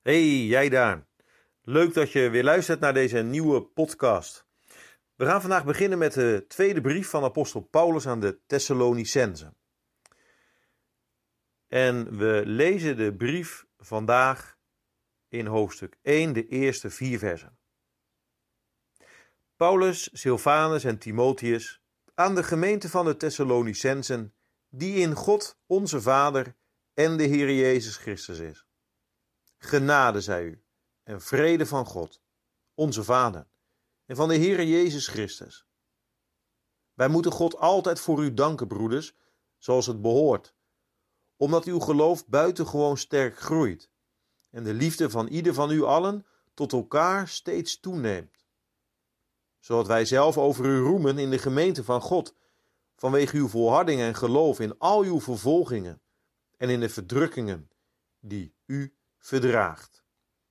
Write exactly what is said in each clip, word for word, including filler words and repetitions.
Hey, jij daar. Leuk dat je weer luistert naar deze nieuwe podcast. We gaan vandaag beginnen met de tweede brief van apostel Paulus aan de Thessalonicenzen. En we lezen de brief vandaag in hoofdstuk één, de eerste vier versen. Paulus, Silvanus en Timotheus aan de gemeente van de Thessalonicenzen, die in God onze Vader en de Heer Jezus Christus is. Genade zij u en vrede van God, onze Vader, en van de Heer Jezus Christus. Wij moeten God altijd voor u danken, broeders, zoals het behoort, omdat uw geloof buitengewoon sterk groeit en de liefde van ieder van u allen tot elkaar steeds toeneemt. Zodat wij zelf over u roemen in de gemeente van God, vanwege uw volharding en geloof in al uw vervolgingen en in de verdrukkingen die u verdraagt.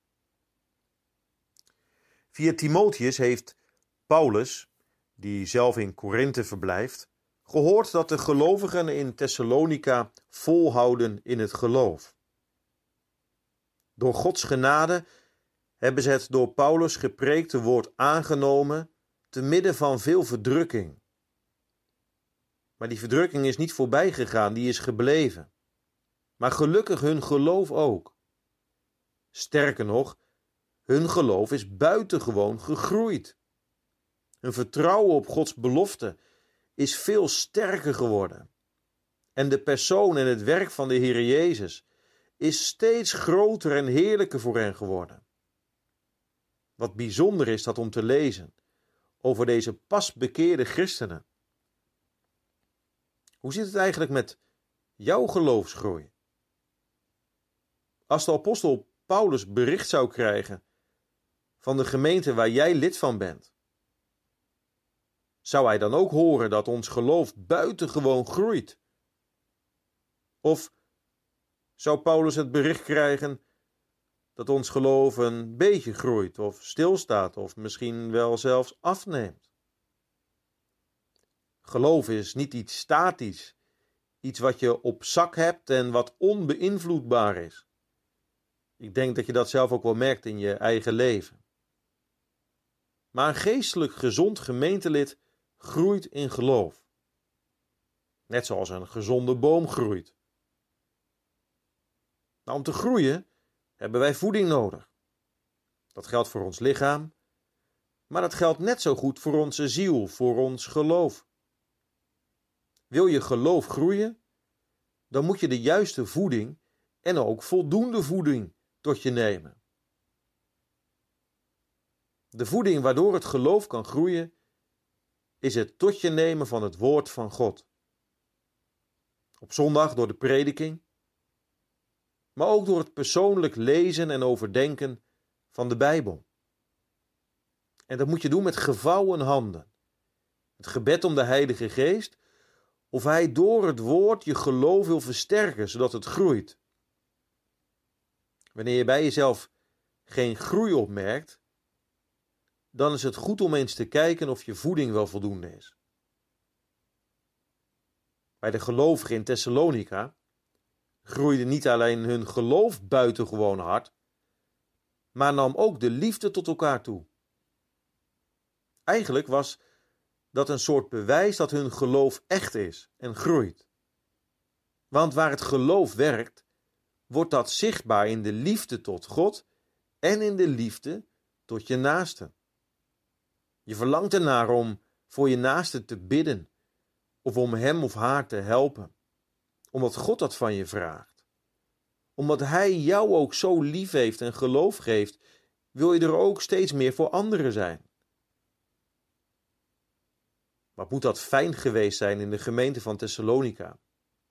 Via Timotheus heeft Paulus, die zelf in Korinthe verblijft, gehoord dat de gelovigen in Thessalonica volhouden in het geloof. Door Gods genade hebben ze het door Paulus gepreekte woord aangenomen te midden van veel verdrukking. Maar die verdrukking is niet voorbij gegaan, die is gebleven. Maar gelukkig hun geloof ook. Sterker nog, hun geloof is buitengewoon gegroeid. Hun vertrouwen op Gods belofte is veel sterker geworden. En de persoon en het werk van de Heer Jezus is steeds groter en heerlijker voor hen geworden. Wat bijzonder is dat om te lezen over deze pas bekeerde christenen. Hoe zit het eigenlijk met jouw geloofsgroei? Als de apostel Paulus bericht zou krijgen van de gemeente waar jij lid van bent, zou hij dan ook horen dat ons geloof buitengewoon groeit? Of zou Paulus het bericht krijgen dat ons geloof een beetje groeit of stilstaat of misschien wel zelfs afneemt? Geloof is niet iets statisch, iets wat je op zak hebt en wat onbeïnvloedbaar is. Ik denk dat je dat zelf ook wel merkt in je eigen leven. Maar een geestelijk gezond gemeentelid groeit in geloof. Net zoals een gezonde boom groeit. Nou, om te groeien hebben wij voeding nodig. Dat geldt voor ons lichaam, maar dat geldt net zo goed voor onze ziel, voor ons geloof. Wil je geloof groeien, dan moet je de juiste voeding en ook voldoende voeding tot je nemen. De voeding waardoor het geloof kan groeien, is het tot je nemen van het woord van God. Op zondag door de prediking, maar ook door het persoonlijk lezen en overdenken van de Bijbel. En dat moet je doen met gevouwen handen. Het gebed om de Heilige Geest, of hij door het woord je geloof wil versterken, zodat het groeit. Wanneer je bij jezelf geen groei opmerkt, dan is het goed om eens te kijken of je voeding wel voldoende is. Bij de gelovigen in Thessalonica groeide niet alleen hun geloof buitengewoon hard, maar nam ook de liefde tot elkaar toe. Eigenlijk was dat een soort bewijs dat hun geloof echt is en groeit. Want waar het geloof werkt, wordt dat zichtbaar in de liefde tot God en in de liefde tot je naaste. Je verlangt ernaar om voor je naaste te bidden of om hem of haar te helpen, omdat God dat van je vraagt. Omdat hij jou ook zo lief heeft en geloof geeft, wil je er ook steeds meer voor anderen zijn. Wat moet dat fijn geweest zijn in de gemeente van Thessalonica.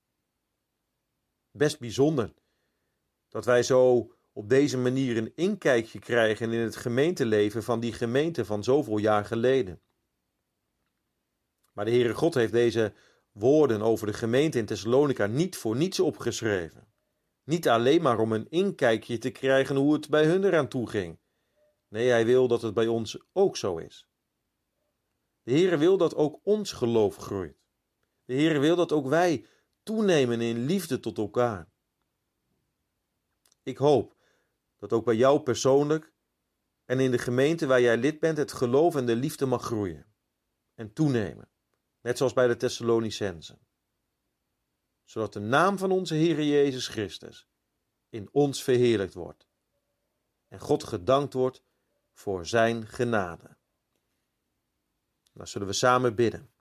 Best bijzonder dat wij zo op deze manier een inkijkje krijgen in het gemeenteleven van die gemeente van zoveel jaar geleden. Maar de Heere God heeft deze woorden over de gemeente in Thessalonica niet voor niets opgeschreven. Niet alleen maar om een inkijkje te krijgen hoe het bij hun eraan toe ging. Nee, hij wil dat het bij ons ook zo is. De Heere wil dat ook ons geloof groeit. De Heere wil dat ook wij toenemen in liefde tot elkaar. Ik hoop Dat ook bij jou persoonlijk en in de gemeente waar jij lid bent het geloof en de liefde mag groeien en toenemen. Net zoals bij de Thessalonicenzen. Zodat de naam van onze Heere Jezus Christus in ons verheerlijkt wordt. En God gedankt wordt voor zijn genade. Dan zullen we samen bidden.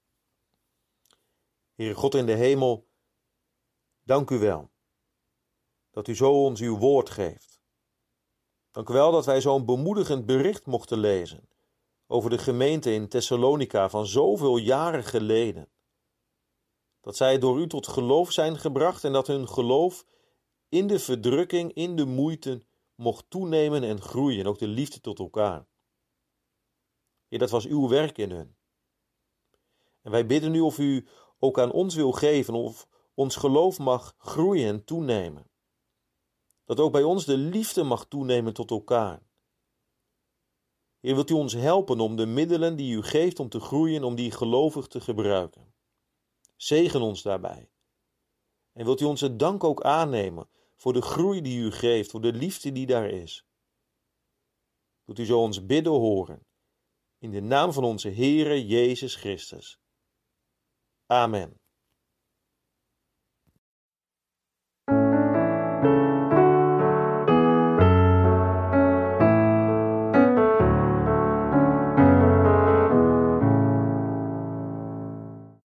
Heere God in de hemel, dank u wel dat u zo ons uw woord geeft. Dank u wel dat wij zo'n bemoedigend bericht mochten lezen over de gemeente in Thessalonica van zoveel jaren geleden. Dat zij door u tot geloof zijn gebracht en dat hun geloof in de verdrukking, in de moeite mocht toenemen en groeien, ook de liefde tot elkaar. Heer, dat was uw werk in hun. En wij bidden nu of u ook aan ons wil geven, of ons geloof mag groeien en toenemen. Dat ook bij ons de liefde mag toenemen tot elkaar. Heer, wilt u ons helpen om de middelen die u geeft om te groeien, om die gelovig te gebruiken. Zegen ons daarbij. En wilt u onze dank ook aannemen voor de groei die u geeft, voor de liefde die daar is. Wilt u zo ons bidden horen, in de naam van onze Heere Jezus Christus. Amen.